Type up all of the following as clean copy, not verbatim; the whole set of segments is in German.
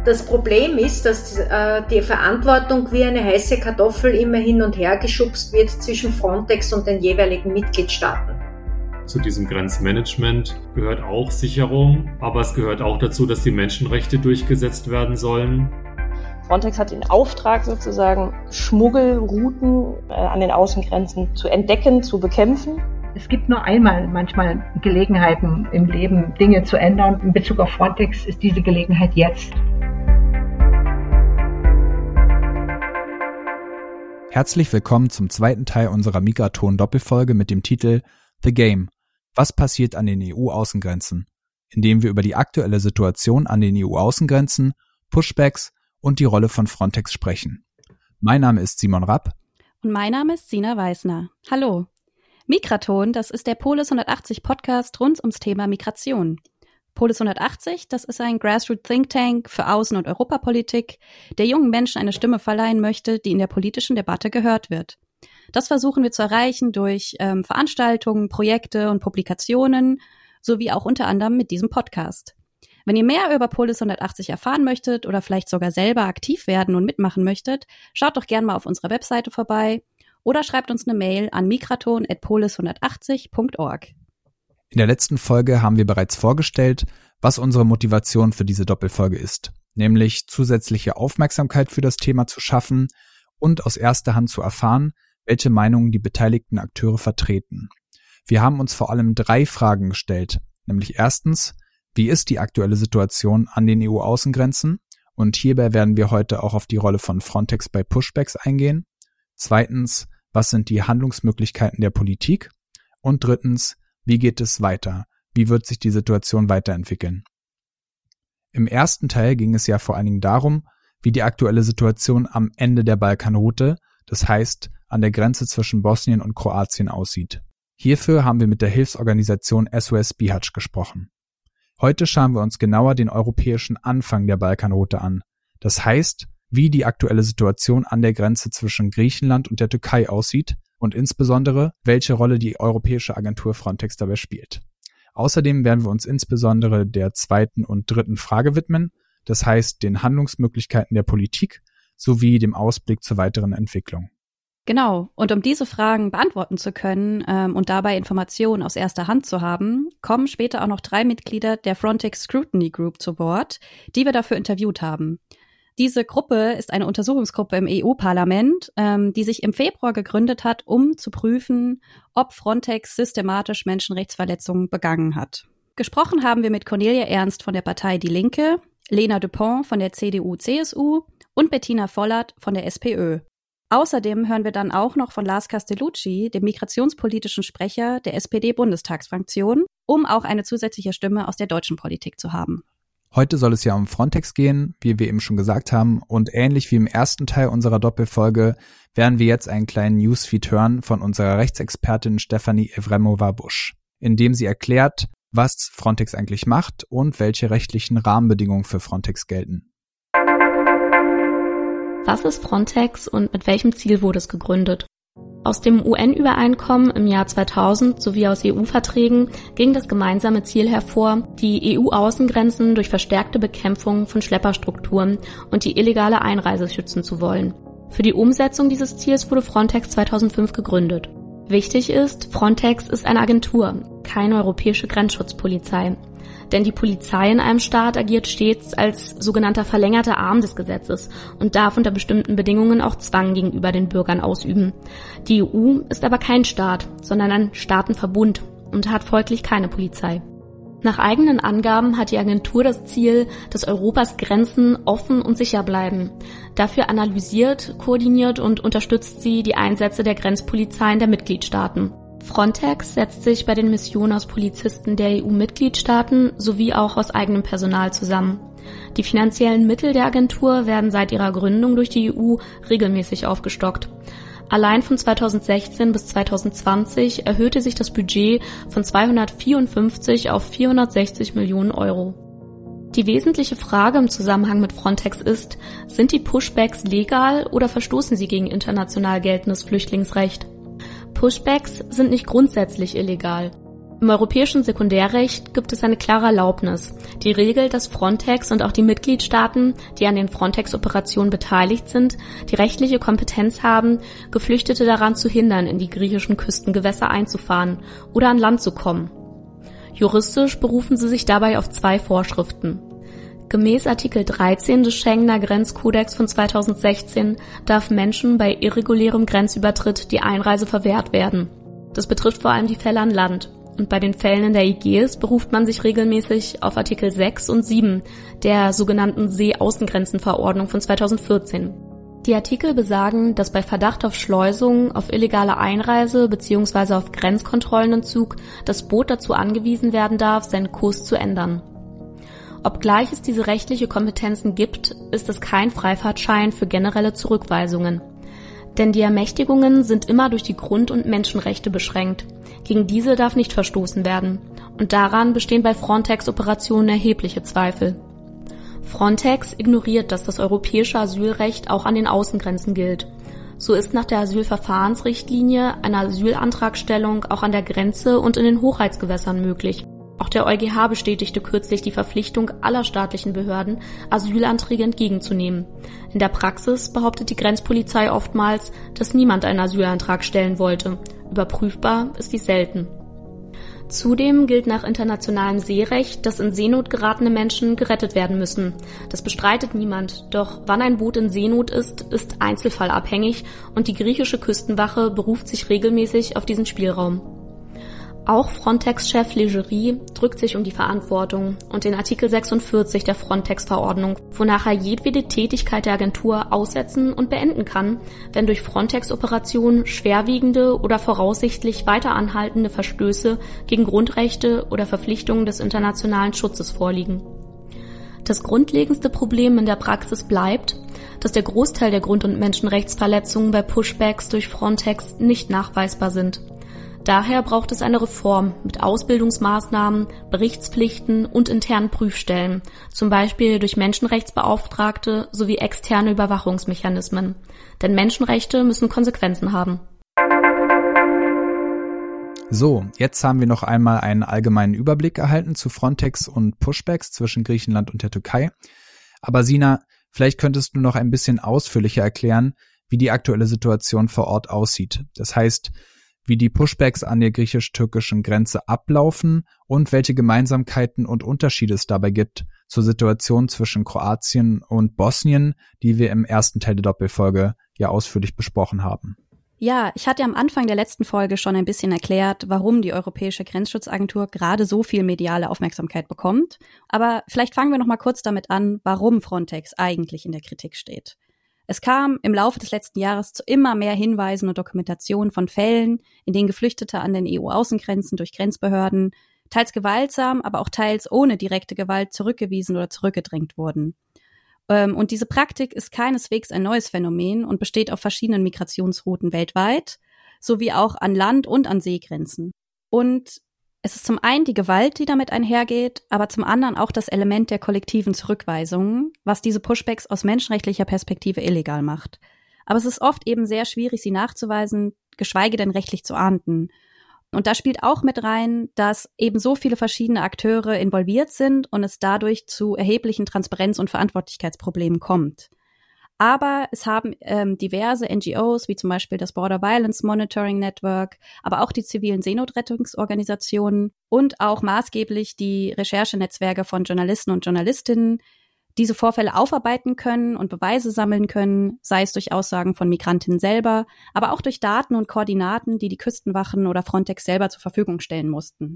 Das Problem ist, dass die Verantwortung wie eine heiße Kartoffel immer hin und her geschubst wird zwischen Frontex und den jeweiligen Mitgliedstaaten. Zu diesem Grenzmanagement gehört auch Sicherung, aber es gehört auch dazu, dass die Menschenrechte durchgesetzt werden sollen. Frontex hat den Auftrag sozusagen, Schmuggelrouten an den Außengrenzen zu entdecken, zu bekämpfen. Es gibt nur einmal manchmal Gelegenheiten im Leben, Dinge zu ändern. In Bezug auf Frontex ist diese Gelegenheit jetzt. Herzlich willkommen zum zweiten Teil unserer Migraton-Doppelfolge mit dem Titel The Game. Was passiert an den EU-Außengrenzen? In dem wir über die aktuelle Situation an den EU-Außengrenzen, Pushbacks und die Rolle von Frontex sprechen. Mein Name ist Simon Rapp. Und mein Name ist Sina Weisner. Hallo. Migraton, das ist der Polis 180 Podcast rund ums Thema Migration. Polis 180, das ist ein Grassroots Think Tank für Außen- und Europapolitik, der jungen Menschen eine Stimme verleihen möchte, die in der politischen Debatte gehört wird. Das versuchen wir zu erreichen durch Veranstaltungen, Projekte und Publikationen, sowie auch unter anderem mit diesem Podcast. Wenn ihr mehr über Polis 180 erfahren möchtet oder vielleicht sogar selber aktiv werden und mitmachen möchtet, schaut doch gerne mal auf unserer Webseite vorbei oder schreibt uns eine Mail an migraton@polis180.org. In der letzten Folge haben wir bereits vorgestellt, was unsere Motivation für diese Doppelfolge ist, nämlich zusätzliche Aufmerksamkeit für das Thema zu schaffen und aus erster Hand zu erfahren, welche Meinungen die beteiligten Akteure vertreten. Wir haben uns vor allem 3 Fragen gestellt, nämlich erstens, wie ist die aktuelle Situation an den EU-Außengrenzen? Und hierbei werden wir heute auch auf die Rolle von Frontex bei Pushbacks eingehen. Zweitens, was sind die Handlungsmöglichkeiten der Politik? Und drittens, wie geht es weiter? Wie wird sich die Situation weiterentwickeln? Im ersten Teil ging es ja vor allen Dingen darum, wie die aktuelle Situation am Ende der Balkanroute, das heißt an der Grenze zwischen Bosnien und Kroatien aussieht. Hierfür haben wir mit der Hilfsorganisation SOS Bihac gesprochen. Heute schauen wir uns genauer den europäischen Anfang der Balkanroute an. Das heißt, wie die aktuelle Situation an der Grenze zwischen Griechenland und der Türkei aussieht und insbesondere, welche Rolle die Europäische Agentur Frontex dabei spielt. Außerdem werden wir uns insbesondere der zweiten und dritten Frage widmen, das heißt den Handlungsmöglichkeiten der Politik sowie dem Ausblick zur weiteren Entwicklung. Genau, und um diese Fragen beantworten zu können und dabei Informationen aus erster Hand zu haben, kommen später auch noch 3 Mitglieder der Frontex Scrutiny Group zu Wort, die wir dafür interviewt haben. Diese Gruppe ist eine Untersuchungsgruppe im EU-Parlament, die sich im Februar gegründet hat, um zu prüfen, ob Frontex systematisch Menschenrechtsverletzungen begangen hat. Gesprochen haben wir mit Cornelia Ernst von der Partei Die Linke, Lena Dupont von der CDU-CSU und Bettina Vollert von der SPÖ. Außerdem hören wir dann auch noch von Lars Castellucci, dem migrationspolitischen Sprecher der SPD-Bundestagsfraktion, um auch eine zusätzliche Stimme aus der deutschen Politik zu haben. Heute soll es ja um Frontex gehen, wie wir eben schon gesagt haben, und ähnlich wie im ersten Teil unserer Doppelfolge werden wir jetzt einen kleinen Newsfeed hören von unserer Rechtsexpertin Stefanie Evremova-Busch, in dem sie erklärt, was Frontex eigentlich macht und welche rechtlichen Rahmenbedingungen für Frontex gelten. Was ist Frontex und mit welchem Ziel wurde es gegründet? Aus dem UN-Übereinkommen im Jahr 2000 sowie aus EU-Verträgen ging das gemeinsame Ziel hervor, die EU-Außengrenzen durch verstärkte Bekämpfung von Schlepperstrukturen und die illegale Einreise schützen zu wollen. Für die Umsetzung dieses Ziels wurde Frontex 2005 gegründet. Wichtig ist, Frontex ist eine Agentur, keine europäische Grenzschutzpolizei. Denn die Polizei in einem Staat agiert stets als sogenannter verlängerter Arm des Gesetzes und darf unter bestimmten Bedingungen auch Zwang gegenüber den Bürgern ausüben. Die EU ist aber kein Staat, sondern ein Staatenverbund und hat folglich keine Polizei. Nach eigenen Angaben hat die Agentur das Ziel, dass Europas Grenzen offen und sicher bleiben. Dafür analysiert, koordiniert und unterstützt sie die Einsätze der Grenzpolizeien der Mitgliedstaaten. Frontex setzt sich bei den Missionen aus Polizisten der EU-Mitgliedstaaten sowie auch aus eigenem Personal zusammen. Die finanziellen Mittel der Agentur werden seit ihrer Gründung durch die EU regelmäßig aufgestockt. Allein von 2016 bis 2020 erhöhte sich das Budget von 254 auf 460 Millionen Euro. Die wesentliche Frage im Zusammenhang mit Frontex ist, sind die Pushbacks legal oder verstoßen sie gegen international geltendes Flüchtlingsrecht? Pushbacks sind nicht grundsätzlich illegal. Im europäischen Sekundärrecht gibt es eine klare Erlaubnis, die regelt, dass Frontex und auch die Mitgliedstaaten, die an den Frontex-Operationen beteiligt sind, die rechtliche Kompetenz haben, Geflüchtete daran zu hindern, in die griechischen Küstengewässer einzufahren oder an Land zu kommen. Juristisch berufen sie sich dabei auf 2 Vorschriften. Gemäß Artikel 13 des Schengener Grenzkodex von 2016 darf Menschen bei irregulärem Grenzübertritt die Einreise verwehrt werden. Das betrifft vor allem die Fälle an Land. Und bei den Fällen in der Ägäis beruft man sich regelmäßig auf Artikel 6 und 7 der sogenannten Seeaußengrenzenverordnung von 2014. Die Artikel besagen, dass bei Verdacht auf Schleusung, auf illegale Einreise bzw. auf Grenzkontrollenentzug das Boot dazu angewiesen werden darf, seinen Kurs zu ändern. Obgleich es diese rechtliche Kompetenzen gibt, ist es kein Freifahrtschein für generelle Zurückweisungen. Denn die Ermächtigungen sind immer durch die Grund- und Menschenrechte beschränkt. Gegen diese darf nicht verstoßen werden. Und daran bestehen bei Frontex-Operationen erhebliche Zweifel. Frontex ignoriert, dass das europäische Asylrecht auch an den Außengrenzen gilt. So ist nach der Asylverfahrensrichtlinie eine Asylantragstellung auch an der Grenze und in den Hoheitsgewässern möglich. Auch der EuGH bestätigte kürzlich die Verpflichtung aller staatlichen Behörden, Asylanträge entgegenzunehmen. In der Praxis behauptet die Grenzpolizei oftmals, dass niemand einen Asylantrag stellen wollte. Überprüfbar ist dies selten. Zudem gilt nach internationalem Seerecht, dass in Seenot geratene Menschen gerettet werden müssen. Das bestreitet niemand, doch wann ein Boot in Seenot ist einzelfallabhängig und die griechische Küstenwache beruft sich regelmäßig auf diesen Spielraum. Auch Frontex-Chef Leggeri drückt sich um die Verantwortung und den Artikel 46 der Frontex-Verordnung, wonach er jedwede Tätigkeit der Agentur aussetzen und beenden kann, wenn durch Frontex-Operationen schwerwiegende oder voraussichtlich weiter anhaltende Verstöße gegen Grundrechte oder Verpflichtungen des internationalen Schutzes vorliegen. Das grundlegendste Problem in der Praxis bleibt, dass der Großteil der Grund- und Menschenrechtsverletzungen bei Pushbacks durch Frontex nicht nachweisbar sind. Daher braucht es eine Reform mit Ausbildungsmaßnahmen, Berichtspflichten und internen Prüfstellen, zum Beispiel durch Menschenrechtsbeauftragte sowie externe Überwachungsmechanismen. Denn Menschenrechte müssen Konsequenzen haben. So, jetzt haben wir noch einmal einen allgemeinen Überblick erhalten zu Frontex und Pushbacks zwischen Griechenland und der Türkei. Aber Sina, vielleicht könntest du noch ein bisschen ausführlicher erklären, wie die aktuelle Situation vor Ort aussieht. Das heißt, wie die Pushbacks an der griechisch-türkischen Grenze ablaufen und welche Gemeinsamkeiten und Unterschiede es dabei gibt zur Situation zwischen Kroatien und Bosnien, die wir im ersten Teil der Doppelfolge ja ausführlich besprochen haben. Ja, ich hatte am Anfang der letzten Folge schon ein bisschen erklärt, warum die Europäische Grenzschutzagentur gerade so viel mediale Aufmerksamkeit bekommt. Aber vielleicht fangen wir noch mal kurz damit an, warum Frontex eigentlich in der Kritik steht. Es kam im Laufe des letzten Jahres zu immer mehr Hinweisen und Dokumentationen von Fällen, in denen Geflüchtete an den EU-Außengrenzen durch Grenzbehörden teils gewaltsam, aber auch teils ohne direkte Gewalt zurückgewiesen oder zurückgedrängt wurden. Und diese Praktik ist keineswegs ein neues Phänomen und besteht auf verschiedenen Migrationsrouten weltweit, sowie auch an Land- und an Seegrenzen. Und es ist zum einen die Gewalt, die damit einhergeht, aber zum anderen auch das Element der kollektiven Zurückweisungen, was diese Pushbacks aus menschenrechtlicher Perspektive illegal macht. Aber es ist oft eben sehr schwierig, sie nachzuweisen, geschweige denn rechtlich zu ahnden. Und da spielt auch mit rein, dass eben so viele verschiedene Akteure involviert sind und es dadurch zu erheblichen Transparenz- und Verantwortlichkeitsproblemen kommt. Aber es haben diverse NGOs, wie zum Beispiel das Border Violence Monitoring Network, aber auch die zivilen Seenotrettungsorganisationen und auch maßgeblich die Recherchenetzwerke von Journalisten und Journalistinnen, diese Vorfälle aufarbeiten können und Beweise sammeln können, sei es durch Aussagen von Migrantinnen selber, aber auch durch Daten und Koordinaten, die die Küstenwachen oder Frontex selber zur Verfügung stellen mussten.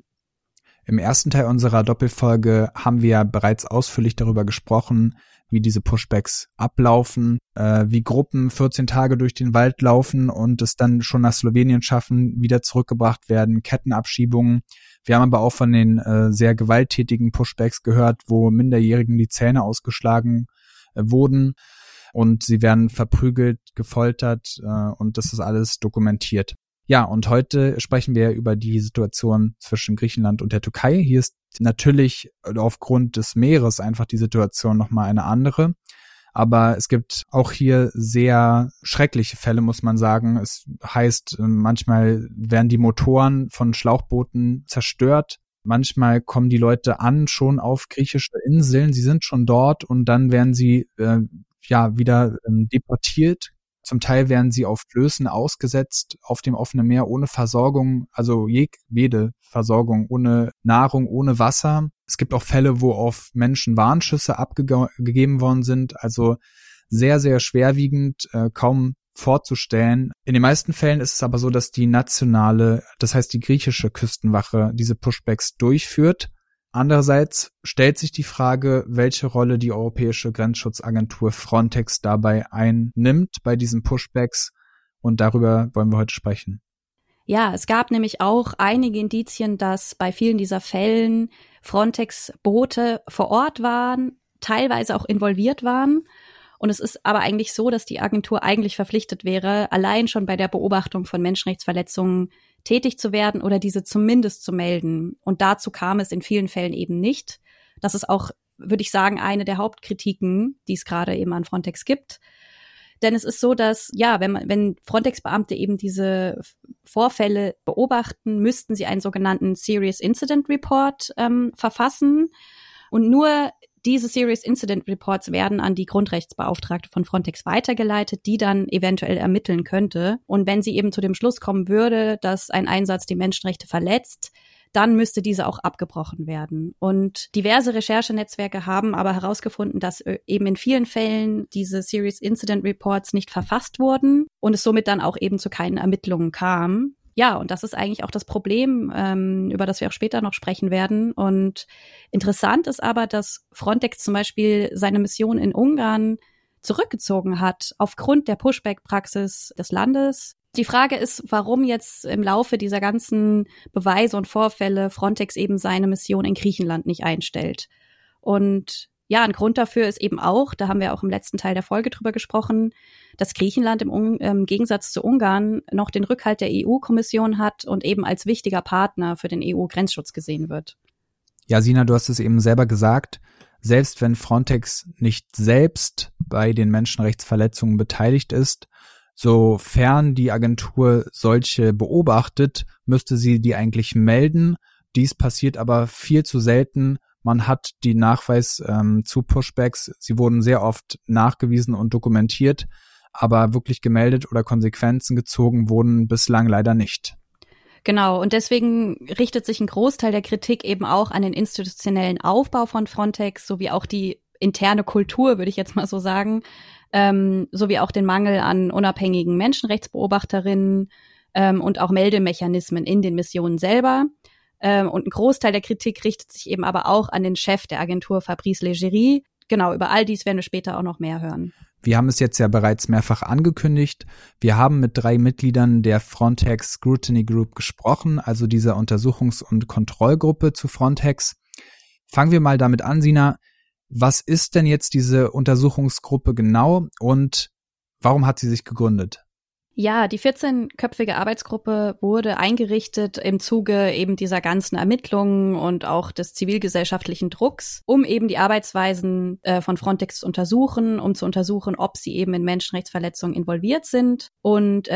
Im ersten Teil unserer Doppelfolge haben wir ja bereits ausführlich darüber gesprochen, wie diese Pushbacks ablaufen, wie Gruppen 14 Tage durch den Wald laufen und es dann schon nach Slowenien schaffen, wieder zurückgebracht werden, Kettenabschiebungen. Wir haben aber auch von den sehr gewalttätigen Pushbacks gehört, wo Minderjährigen die Zähne ausgeschlagen wurden und sie werden verprügelt, gefoltert und das ist alles dokumentiert. Ja, und heute sprechen wir über die Situation zwischen Griechenland und der Türkei. Hier ist natürlich aufgrund des Meeres einfach die Situation nochmal eine andere. Aber es gibt auch hier sehr schreckliche Fälle, muss man sagen. Es heißt, manchmal werden die Motoren von Schlauchbooten zerstört. Manchmal kommen die Leute an, schon auf griechische Inseln. Sie sind schon dort und dann werden sie wieder deportiert. Zum Teil werden sie auf Flößen ausgesetzt auf dem offenen Meer ohne Versorgung, also jede Versorgung, ohne Nahrung, ohne Wasser. Es gibt auch Fälle, wo auf Menschen Warnschüsse abgegeben worden sind, also sehr, sehr schwerwiegend, kaum vorzustellen. In den meisten Fällen ist es aber so, dass die nationale, das heißt die griechische Küstenwache, diese Pushbacks durchführt. Andererseits stellt sich die Frage, welche Rolle die Europäische Grenzschutzagentur Frontex dabei einnimmt bei diesen Pushbacks, und darüber wollen wir heute sprechen. Ja, es gab nämlich auch einige Indizien, dass bei vielen dieser Fällen Frontex-Boote vor Ort waren, teilweise auch involviert waren. Und es ist aber eigentlich so, dass die Agentur eigentlich verpflichtet wäre, allein schon bei der Beobachtung von Menschenrechtsverletzungen tätig zu werden oder diese zumindest zu melden. Und dazu kam es in vielen Fällen eben nicht. Das ist auch, würde ich sagen, eine der Hauptkritiken, die es gerade eben an Frontex gibt. Denn es ist so, dass, ja, wenn Frontex-Beamte eben diese Vorfälle beobachten, müssten sie einen sogenannten Serious Incident Report verfassen. Und nur diese Serious Incident Reports werden an die Grundrechtsbeauftragte von Frontex weitergeleitet, die dann eventuell ermitteln könnte. Und wenn sie eben zu dem Schluss kommen würde, dass ein Einsatz die Menschenrechte verletzt, dann müsste diese auch abgebrochen werden. Und diverse Recherchenetzwerke haben aber herausgefunden, dass eben in vielen Fällen diese Serious Incident Reports nicht verfasst wurden und es somit dann auch eben zu keinen Ermittlungen kam. Ja, und das ist eigentlich auch das Problem, über das wir auch später noch sprechen werden. Und interessant ist aber, dass Frontex zum Beispiel seine Mission in Ungarn zurückgezogen hat, aufgrund der Pushback-Praxis des Landes. Die Frage ist, warum jetzt im Laufe dieser ganzen Beweise und Vorfälle Frontex eben seine Mission in Griechenland nicht einstellt. Und ja, ein Grund dafür ist eben auch, da haben wir auch im letzten Teil der Folge drüber gesprochen, dass Griechenland im Gegensatz zu Ungarn noch den Rückhalt der EU-Kommission hat und eben als wichtiger Partner für den EU-Grenzschutz gesehen wird. Ja, Sina, du hast es eben selber gesagt, selbst wenn Frontex nicht selbst bei den Menschenrechtsverletzungen beteiligt ist, sofern die Agentur solche beobachtet, müsste sie die eigentlich melden. Dies passiert aber viel zu selten. Man hat die Nachweis zu Pushbacks, sie wurden sehr oft nachgewiesen und dokumentiert, aber wirklich gemeldet oder Konsequenzen gezogen wurden bislang leider nicht. Genau, und deswegen richtet sich ein Großteil der Kritik eben auch an den institutionellen Aufbau von Frontex, sowie auch die interne Kultur, würde ich jetzt mal so sagen, sowie auch den Mangel an unabhängigen Menschenrechtsbeobachterinnen und auch Meldemechanismen in den Missionen selber. Und ein Großteil der Kritik richtet sich eben aber auch an den Chef der Agentur, Fabrice Leggeri. Genau, über all dies werden wir später auch noch mehr hören. Wir haben es jetzt ja bereits mehrfach angekündigt. Wir haben mit 3 Mitgliedern der Frontex Scrutiny Group gesprochen, also dieser Untersuchungs- und Kontrollgruppe zu Frontex. Fangen wir mal damit an, Sina. Was ist denn jetzt diese Untersuchungsgruppe genau und warum hat sie sich gegründet? Ja, die 14-köpfige Arbeitsgruppe wurde eingerichtet im Zuge eben dieser ganzen Ermittlungen und auch des zivilgesellschaftlichen Drucks, um eben die Arbeitsweisen von Frontex zu untersuchen, ob sie eben in Menschenrechtsverletzungen involviert sind. Und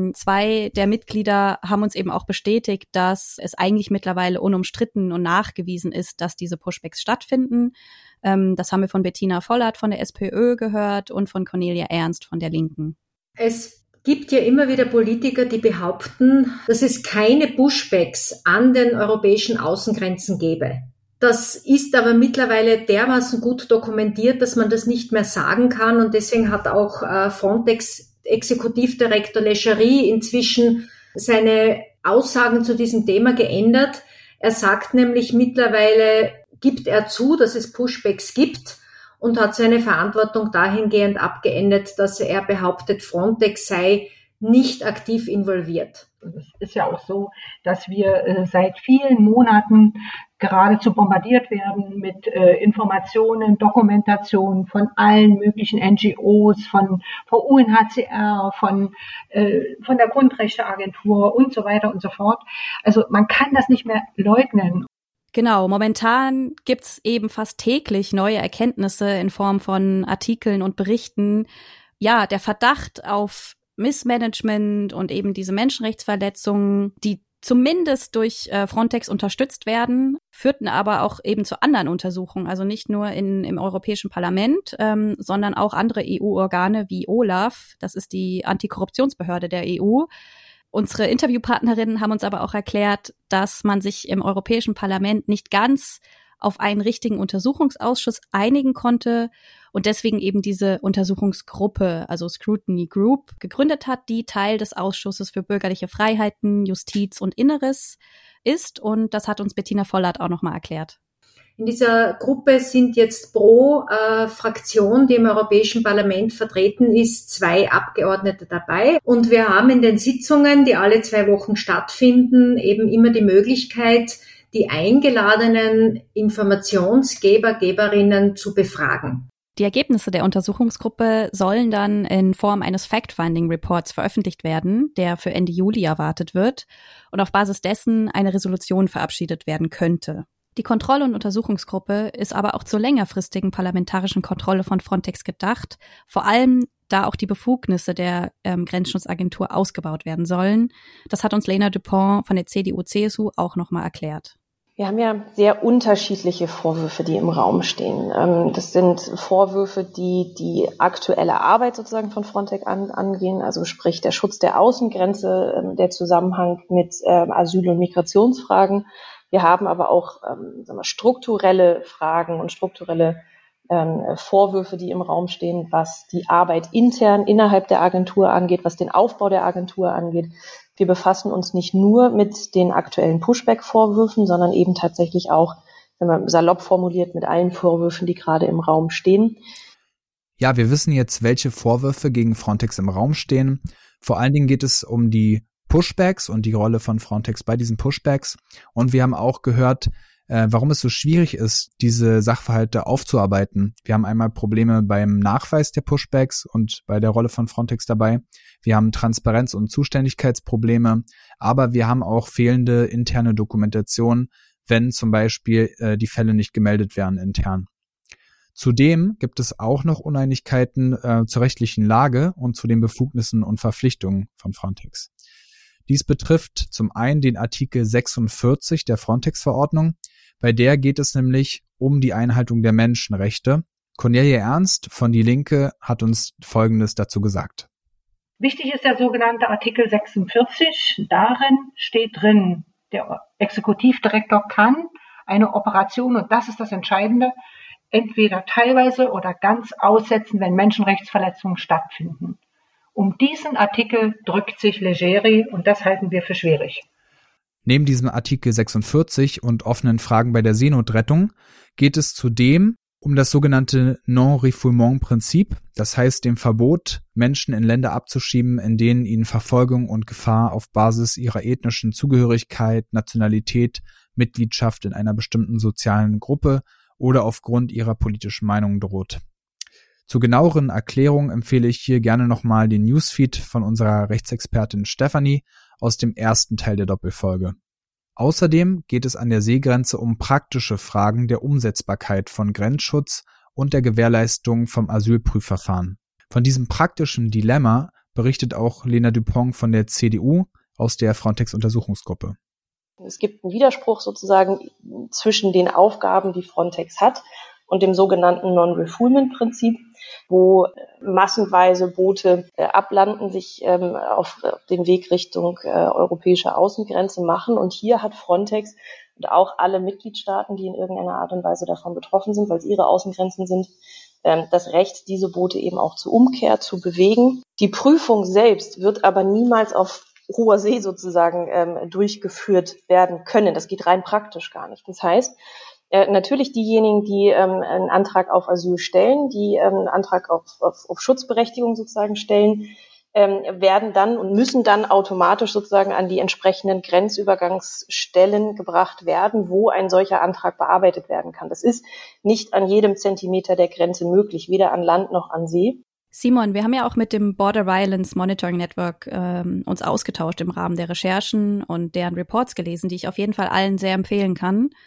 2 der Mitglieder haben uns eben auch bestätigt, dass es eigentlich mittlerweile unumstritten und nachgewiesen ist, dass diese Pushbacks stattfinden. Das haben wir von Bettina Vollert von der SPÖ gehört und von Cornelia Ernst von der Linken. Es gibt ja immer wieder Politiker, die behaupten, dass es keine Pushbacks an den europäischen Außengrenzen gäbe. Das ist aber mittlerweile dermaßen gut dokumentiert, dass man das nicht mehr sagen kann. Und deswegen hat auch Frontex Exekutivdirektor Leggeri inzwischen seine Aussagen zu diesem Thema geändert. Er sagt nämlich mittlerweile, gibt er zu, dass es Pushbacks gibt, und hat seine Verantwortung dahingehend abgeendet, dass er behauptet, Frontex sei nicht aktiv involviert. Es ist ja auch so, dass wir seit vielen Monaten geradezu bombardiert werden mit Informationen, Dokumentationen von allen möglichen NGOs, von UNHCR, von der Grundrechteagentur und so weiter und so fort. Also man kann das nicht mehr leugnen. Genau, momentan gibt's eben fast täglich neue Erkenntnisse in Form von Artikeln und Berichten. Ja, der Verdacht auf Missmanagement und eben diese Menschenrechtsverletzungen, die zumindest durch Frontex unterstützt werden, führten aber auch eben zu anderen Untersuchungen. Also nicht nur im Europäischen Parlament, sondern auch andere EU-Organe wie OLAF, das ist die Antikorruptionsbehörde der EU. Unsere Interviewpartnerinnen haben uns aber auch erklärt, dass man sich im Europäischen Parlament nicht ganz auf einen richtigen Untersuchungsausschuss einigen konnte und deswegen eben diese Untersuchungsgruppe, also Scrutiny Group, gegründet hat, die Teil des Ausschusses für bürgerliche Freiheiten, Justiz und Inneres ist. Und das hat uns Bettina Vollert auch nochmal erklärt. In dieser Gruppe sind jetzt pro Fraktion, die im Europäischen Parlament vertreten ist, 2 Abgeordnete dabei. Und wir haben in den Sitzungen, die alle 2 Wochen stattfinden, eben immer die Möglichkeit, die eingeladenen Informationsgeber, Geberinnen zu befragen. Die Ergebnisse der Untersuchungsgruppe sollen dann in Form eines Fact-Finding-Reports veröffentlicht werden, der für Ende Juli erwartet wird und auf Basis dessen eine Resolution verabschiedet werden könnte. Die Kontroll- und Untersuchungsgruppe ist aber auch zur längerfristigen parlamentarischen Kontrolle von Frontex gedacht, vor allem da auch die Befugnisse der Grenzschutzagentur ausgebaut werden sollen. Das hat uns Lena Dupont von der CDU-CSU auch nochmal erklärt. Wir haben ja sehr unterschiedliche Vorwürfe, die im Raum stehen. Das sind Vorwürfe, die die aktuelle Arbeit sozusagen von Frontex angehen, also sprich der Schutz der Außengrenze, der Zusammenhang mit Asyl- und Migrationsfragen. Wir haben aber auch strukturelle Fragen und strukturelle Vorwürfe, die im Raum stehen, was die Arbeit intern innerhalb der Agentur angeht, was den Aufbau der Agentur angeht. Wir befassen uns nicht nur mit den aktuellen Pushback-Vorwürfen, sondern eben tatsächlich auch, wenn man salopp formuliert, mit allen Vorwürfen, die gerade im Raum stehen. Ja, wir wissen jetzt, welche Vorwürfe gegen Frontex im Raum stehen. Vor allen Dingen geht es um die Pushbacks und die Rolle von Frontex bei diesen Pushbacks. Und wir haben auch gehört, warum es so schwierig ist, diese Sachverhalte aufzuarbeiten. Wir haben einmal Probleme beim Nachweis der Pushbacks und bei der Rolle von Frontex dabei. Wir haben Transparenz- und Zuständigkeitsprobleme, aber wir haben auch fehlende interne Dokumentation, wenn zum Beispiel die Fälle nicht gemeldet werden intern. Zudem gibt es auch noch Uneinigkeiten zur rechtlichen Lage und zu den Befugnissen und Verpflichtungen von Frontex. Dies betrifft zum einen den Artikel 46 der Frontex-Verordnung. Bei der geht es nämlich um die Einhaltung der Menschenrechte. Cornelia Ernst von Die Linke hat uns Folgendes dazu gesagt. Wichtig ist der sogenannte Artikel 46. Darin steht drin, der Exekutivdirektor kann eine Operation, und das ist das Entscheidende, entweder teilweise oder ganz aussetzen, wenn Menschenrechtsverletzungen stattfinden. Um diesen Artikel drückt sich Leggeri und das halten wir für schwierig. Neben diesem Artikel 46 und offenen Fragen bei der Seenotrettung geht es zudem um das sogenannte Non-Refoulement-Prinzip, das heißt dem Verbot, Menschen in Länder abzuschieben, in denen ihnen Verfolgung und Gefahr auf Basis ihrer ethnischen Zugehörigkeit, Nationalität, Mitgliedschaft in einer bestimmten sozialen Gruppe oder aufgrund ihrer politischen Meinung droht. Zur genaueren Erklärung empfehle ich hier gerne nochmal den Newsfeed von unserer Rechtsexpertin Stefanie aus dem ersten Teil der Doppelfolge. Außerdem geht es an der Seegrenze um praktische Fragen der Umsetzbarkeit von Grenzschutz und der Gewährleistung vom Asylprüfverfahren. Von diesem praktischen Dilemma berichtet auch Lena Dupont von der CDU aus der Frontex-Untersuchungsgruppe. Es gibt einen Widerspruch sozusagen zwischen den Aufgaben, die Frontex hat, und dem sogenannten Non-Refoulement-Prinzip, wo massenweise Boote ablanden, sich auf den Weg Richtung europäische Außengrenze machen. Und hier hat Frontex und auch alle Mitgliedstaaten, die in irgendeiner Art und Weise davon betroffen sind, weil es ihre Außengrenzen sind, das Recht, diese Boote eben auch zur Umkehr zu bewegen. Die Prüfung selbst wird aber niemals auf hoher See sozusagen durchgeführt werden können. Das geht rein praktisch gar nicht. Das heißt, natürlich diejenigen, die einen Antrag auf Asyl stellen, die einen Antrag auf Schutzberechtigung sozusagen stellen, werden dann und müssen dann automatisch sozusagen an die entsprechenden Grenzübergangsstellen gebracht werden, wo ein solcher Antrag bearbeitet werden kann. Das ist nicht an jedem Zentimeter der Grenze möglich, weder an Land noch an See. Simon, wir haben ja auch mit dem Border Violence Monitoring Network uns ausgetauscht im Rahmen der Recherchen und deren Reports gelesen, die ich auf jeden Fall allen sehr empfehlen kann.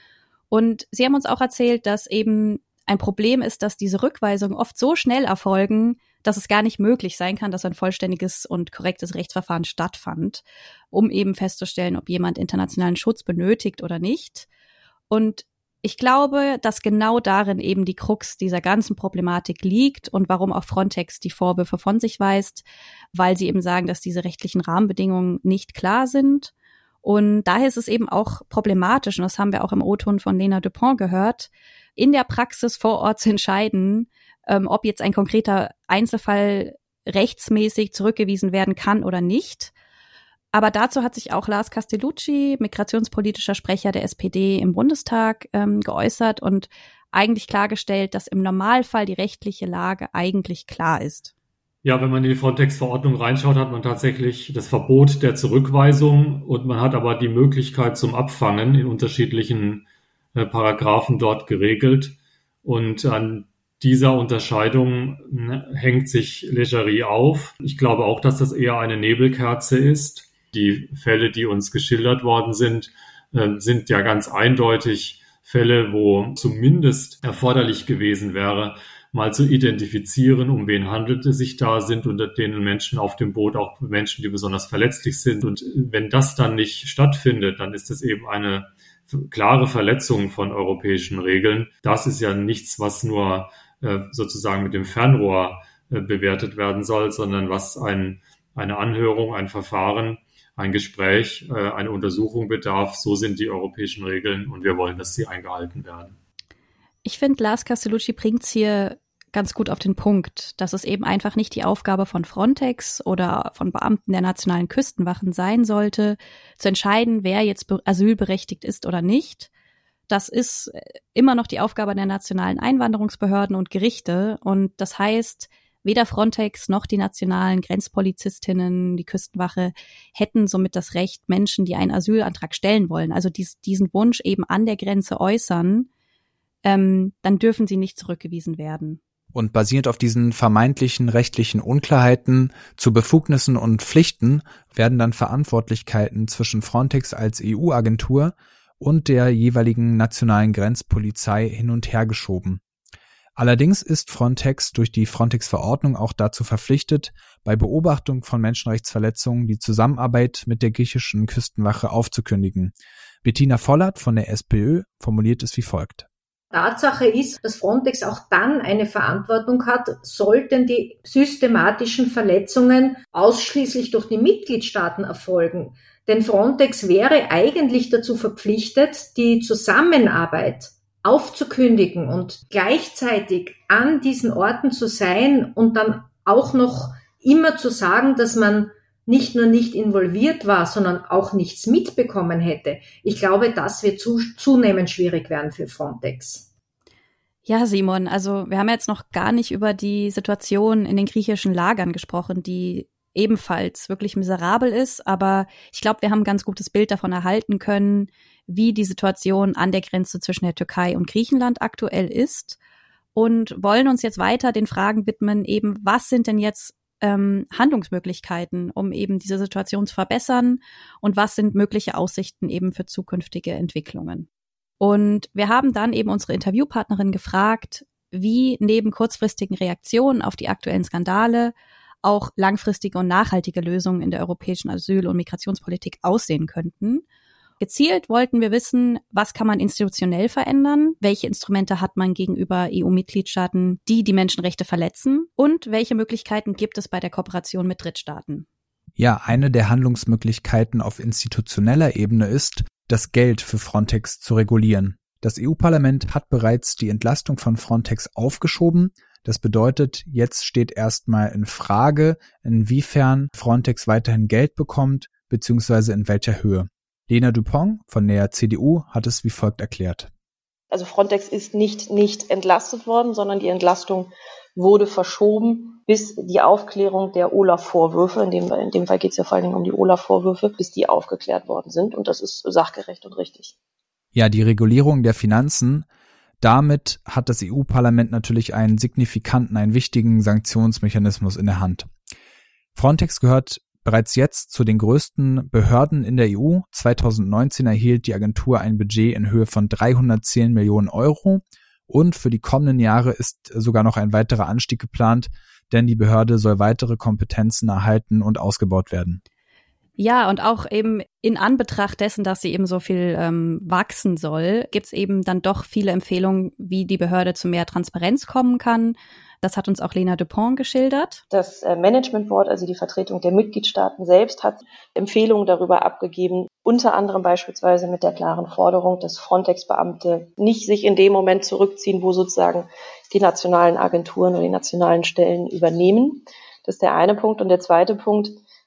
Und sie haben uns auch erzählt, dass eben ein Problem ist, dass diese Rückweisungen oft so schnell erfolgen, dass es gar nicht möglich sein kann, dass ein vollständiges und korrektes Rechtsverfahren stattfand, um eben festzustellen, ob jemand internationalen Schutz benötigt oder nicht. Und ich glaube, dass genau darin eben die Krux dieser ganzen Problematik liegt und warum auch Frontex die Vorwürfe von sich weist, weil sie eben sagen, dass diese rechtlichen Rahmenbedingungen nicht klar sind. Und daher ist es eben auch problematisch, und das haben wir auch im O-Ton von Lena Dupont gehört, in der Praxis vor Ort zu entscheiden, ob jetzt ein konkreter Einzelfall rechtsmäßig zurückgewiesen werden kann oder nicht. Aber dazu hat sich auch Lars Castellucci, migrationspolitischer Sprecher der SPD im Bundestag, geäußert und eigentlich klargestellt, dass im Normalfall die rechtliche Lage eigentlich klar ist. Ja, wenn man in die Frontex-Verordnung reinschaut, hat man tatsächlich das Verbot der Zurückweisung und man hat aber die Möglichkeit zum Abfangen in unterschiedlichen Paragraphen dort geregelt. Und an dieser Unterscheidung hängt sich Leggeri auf. Ich glaube auch, dass das eher eine Nebelkerze ist. Die Fälle, die uns geschildert worden sind, sind ja ganz eindeutig Fälle, wo zumindest erforderlich gewesen wäre, mal zu identifizieren, um wen handelt es sich da, sind unter den Menschen auf dem Boot auch Menschen, die besonders verletzlich sind. Und wenn das dann nicht stattfindet, dann ist es eben eine klare Verletzung von europäischen Regeln. Das ist ja nichts, was nur sozusagen mit dem Fernrohr bewertet werden soll, sondern was eine Anhörung, ein Verfahren, ein Gespräch, eine Untersuchung bedarf. So sind die europäischen Regeln und wir wollen, dass sie eingehalten werden. Ich finde, Lars Castellucci bringt es hier ganz gut auf den Punkt, dass es eben einfach nicht die Aufgabe von Frontex oder von Beamten der nationalen Küstenwachen sein sollte, zu entscheiden, wer jetzt asylberechtigt ist oder nicht. Das ist immer noch die Aufgabe der nationalen Einwanderungsbehörden und Gerichte. Und das heißt, weder Frontex noch die nationalen Grenzpolizistinnen, die Küstenwache, hätten somit das Recht, Menschen, die einen Asylantrag stellen wollen, also diesen Wunsch eben an der Grenze äußern, dann dürfen sie nicht zurückgewiesen werden. Und basierend auf diesen vermeintlichen rechtlichen Unklarheiten zu Befugnissen und Pflichten werden dann Verantwortlichkeiten zwischen Frontex als EU-Agentur und der jeweiligen nationalen Grenzpolizei hin und her geschoben. Allerdings ist Frontex durch die Frontex-Verordnung auch dazu verpflichtet, bei Beobachtung von Menschenrechtsverletzungen die Zusammenarbeit mit der griechischen Küstenwache aufzukündigen. Bettina Vollert von der SPÖ formuliert es wie folgt. Tatsache ist, dass Frontex auch dann eine Verantwortung hat, sollten die systematischen Verletzungen ausschließlich durch die Mitgliedstaaten erfolgen. Denn Frontex wäre eigentlich dazu verpflichtet, die Zusammenarbeit aufzukündigen und gleichzeitig an diesen Orten zu sein und dann auch noch immer zu sagen, dass man nicht nur nicht involviert war, sondern auch nichts mitbekommen hätte. Ich glaube, das wird zunehmend schwierig werden für Frontex. Ja, Simon, also wir haben jetzt noch gar nicht über die Situation in den griechischen Lagern gesprochen, die ebenfalls wirklich miserabel ist, aber ich glaube, wir haben ein ganz gutes Bild davon erhalten können, wie die Situation an der Grenze zwischen der Türkei und Griechenland aktuell ist und wollen uns jetzt weiter den Fragen widmen, eben was sind denn jetzt Handlungsmöglichkeiten, um eben diese Situation zu verbessern und was sind mögliche Aussichten eben für zukünftige Entwicklungen. Und wir haben dann eben unsere Interviewpartnerin gefragt, wie neben kurzfristigen Reaktionen auf die aktuellen Skandale auch langfristige und nachhaltige Lösungen in der europäischen Asyl- und Migrationspolitik aussehen könnten. Gezielt wollten wir wissen, was kann man institutionell verändern, welche Instrumente hat man gegenüber EU-Mitgliedstaaten, die die Menschenrechte verletzen und welche Möglichkeiten gibt es bei der Kooperation mit Drittstaaten. Ja, eine der Handlungsmöglichkeiten auf institutioneller Ebene ist, das Geld für Frontex zu regulieren. Das EU-Parlament hat bereits die Entlastung von Frontex aufgeschoben. Das bedeutet, jetzt steht erstmal in Frage, inwiefern Frontex weiterhin Geld bekommt, beziehungsweise in welcher Höhe. Lena Dupont von der CDU hat es wie folgt erklärt. Also Frontex ist nicht entlastet worden, sondern die Entlastung wurde verschoben, bis die Aufklärung der OLAF-Vorwürfe, in dem Fall geht es ja vor allen Dingen um die OLAF-Vorwürfe, bis die aufgeklärt worden sind. Und das ist sachgerecht und richtig. Ja, die Regulierung der Finanzen, damit hat das EU-Parlament natürlich einen wichtigen Sanktionsmechanismus in der Hand. Frontex gehört bereits jetzt zu den größten Behörden in der EU. 2019 erhielt die Agentur ein Budget in Höhe von 310 Millionen Euro und für die kommenden Jahre ist sogar noch ein weiterer Anstieg geplant, denn die Behörde soll weitere Kompetenzen erhalten und ausgebaut werden. Ja, und auch eben in Anbetracht dessen, dass sie eben so viel wachsen soll, gibt's eben dann doch viele Empfehlungen, wie die Behörde zu mehr Transparenz kommen kann. Das hat uns auch Lena Dupont geschildert. Das Management Board, also die Vertretung der Mitgliedstaaten selbst, hat Empfehlungen darüber abgegeben, unter anderem beispielsweise mit der klaren Forderung, dass Frontex-Beamte nicht sich in dem Moment zurückziehen, wo sozusagen die nationalen Agenturen oder die nationalen Stellen übernehmen. Das ist der eine Punkt. Und der zweite Punkt,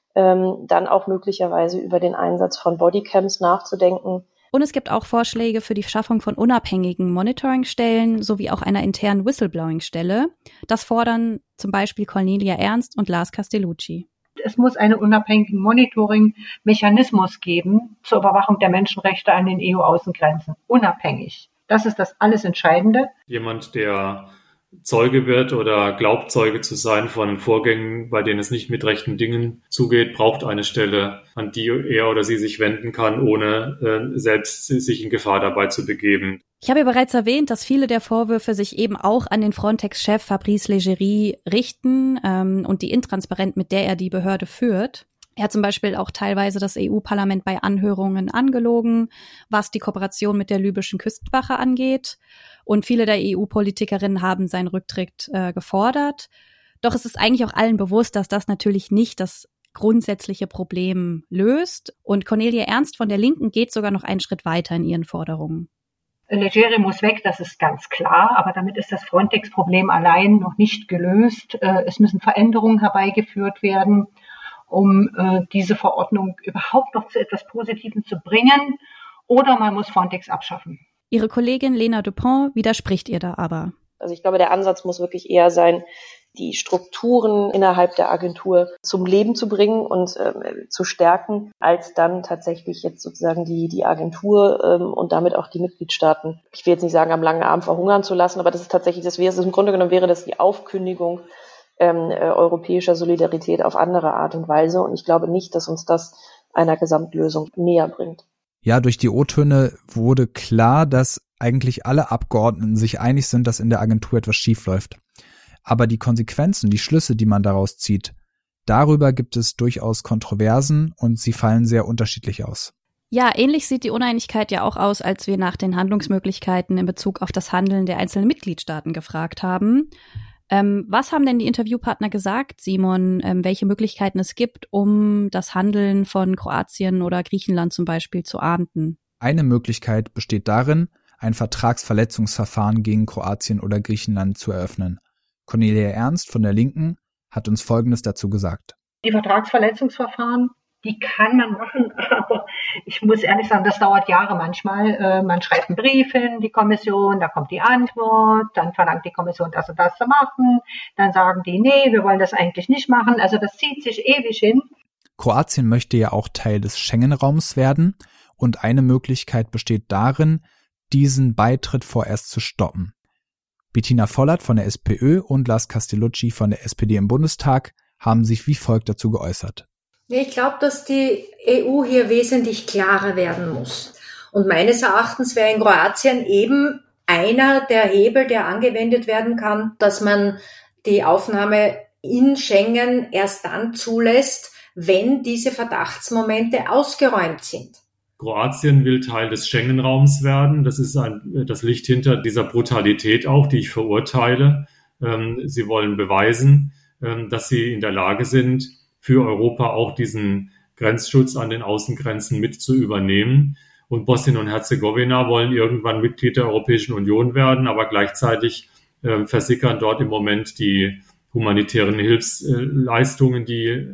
dann auch möglicherweise über den Einsatz von Bodycams nachzudenken. Und es gibt auch Vorschläge für die Schaffung von unabhängigen Monitoringstellen sowie auch einer internen Whistleblowing-Stelle. Das fordern zum Beispiel Cornelia Ernst und Lars Castellucci. Es muss einen unabhängigen Monitoring-Mechanismus geben zur Überwachung der Menschenrechte an den EU-Außengrenzen. Unabhängig. Das ist das alles Entscheidende. Jemand, der Zeuge wird oder glaubt, Zeuge zu sein von Vorgängen, bei denen es nicht mit rechten Dingen zugeht, braucht eine Stelle, an die er oder sie sich wenden kann, ohne selbst sich in Gefahr dabei zu begeben. Ich habe ja bereits erwähnt, dass viele der Vorwürfe sich eben auch an den Frontex-Chef Fabrice Leggeri richten und die Intransparenz, mit der er die Behörde führt. Er hat zum Beispiel auch teilweise das EU-Parlament bei Anhörungen angelogen, was die Kooperation mit der libyschen Küstenwache angeht. Und viele der EU-Politikerinnen haben seinen Rücktritt gefordert. Doch es ist eigentlich auch allen bewusst, dass das natürlich nicht das grundsätzliche Problem löst. Und Cornelia Ernst von der Linken geht sogar noch einen Schritt weiter in ihren Forderungen. Leggeri muss weg, das ist ganz klar, aber damit ist das Frontex-Problem allein noch nicht gelöst. Es müssen Veränderungen herbeigeführt werden, um diese Verordnung überhaupt noch zu etwas Positivem zu bringen, oder man muss Frontex abschaffen. Ihre Kollegin Lena Dupont widerspricht ihr da aber. Also ich glaube, der Ansatz muss wirklich eher sein, die Strukturen innerhalb der Agentur zum Leben zu bringen und zu stärken, als dann tatsächlich jetzt sozusagen die Agentur und damit auch die Mitgliedstaaten, ich will jetzt nicht sagen, am langen Arm verhungern zu lassen, aber das ist tatsächlich, im Grunde genommen wäre das die Aufkündigung europäischer Solidarität auf andere Art und Weise. Und ich glaube nicht, dass uns das einer Gesamtlösung näher bringt. Ja, durch die O-Töne wurde klar, dass eigentlich alle Abgeordneten sich einig sind, dass in der Agentur etwas schiefläuft. Aber die Konsequenzen, die Schlüsse, die man daraus zieht, darüber gibt es durchaus Kontroversen und sie fallen sehr unterschiedlich aus. Ja, ähnlich sieht die Uneinigkeit ja auch aus, als wir nach den Handlungsmöglichkeiten in Bezug auf das Handeln der einzelnen Mitgliedstaaten gefragt haben. Was haben denn die Interviewpartner gesagt, Simon, welche Möglichkeiten es gibt, um das Handeln von Kroatien oder Griechenland zum Beispiel zu ahnden? Eine Möglichkeit besteht darin, ein Vertragsverletzungsverfahren gegen Kroatien oder Griechenland zu eröffnen. Cornelia Ernst von der Linken hat uns Folgendes dazu gesagt. Die Vertragsverletzungsverfahren, die kann man machen, aber ich muss ehrlich sagen, das dauert Jahre manchmal. Man schreibt einen Brief hin, die Kommission, da kommt die Antwort, dann verlangt die Kommission das und das zu machen, dann sagen die, nee, wir wollen das eigentlich nicht machen. Also das zieht sich ewig hin. Kroatien möchte ja auch Teil des Schengen-Raums werden und eine Möglichkeit besteht darin, diesen Beitritt vorerst zu stoppen. Bettina Vollert von der SPÖ und Lars Castellucci von der SPD im Bundestag haben sich wie folgt dazu geäußert. Ich glaube, dass die EU hier wesentlich klarer werden muss. Und meines Erachtens wäre in Kroatien eben einer der Hebel, der angewendet werden kann, dass man die Aufnahme in Schengen erst dann zulässt, wenn diese Verdachtsmomente ausgeräumt sind. Kroatien will Teil des Schengen-Raums werden. Das ist das Licht hinter dieser Brutalität auch, die ich verurteile. Sie wollen beweisen, dass sie in der Lage sind, für Europa auch diesen Grenzschutz an den Außengrenzen mit zu übernehmen. Und Bosnien und Herzegowina wollen irgendwann Mitglied der Europäischen Union werden, aber gleichzeitig versickern dort im Moment die humanitären Hilfsleistungen, die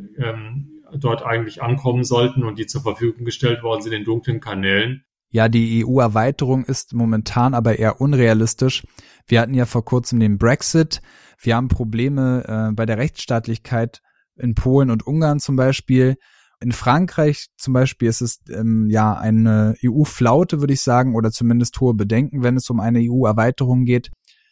dort eigentlich ankommen sollten und die zur Verfügung gestellt worden sind in dunklen Kanälen. Ja, die EU-Erweiterung ist momentan aber eher unrealistisch. Wir hatten ja vor kurzem den Brexit. Wir haben Probleme bei der Rechtsstaatlichkeit in Polen und Ungarn zum Beispiel. In Frankreich zum Beispiel ist es eine EU-Flaute, würde ich sagen, oder zumindest hohe Bedenken, wenn es um eine EU-Erweiterung geht.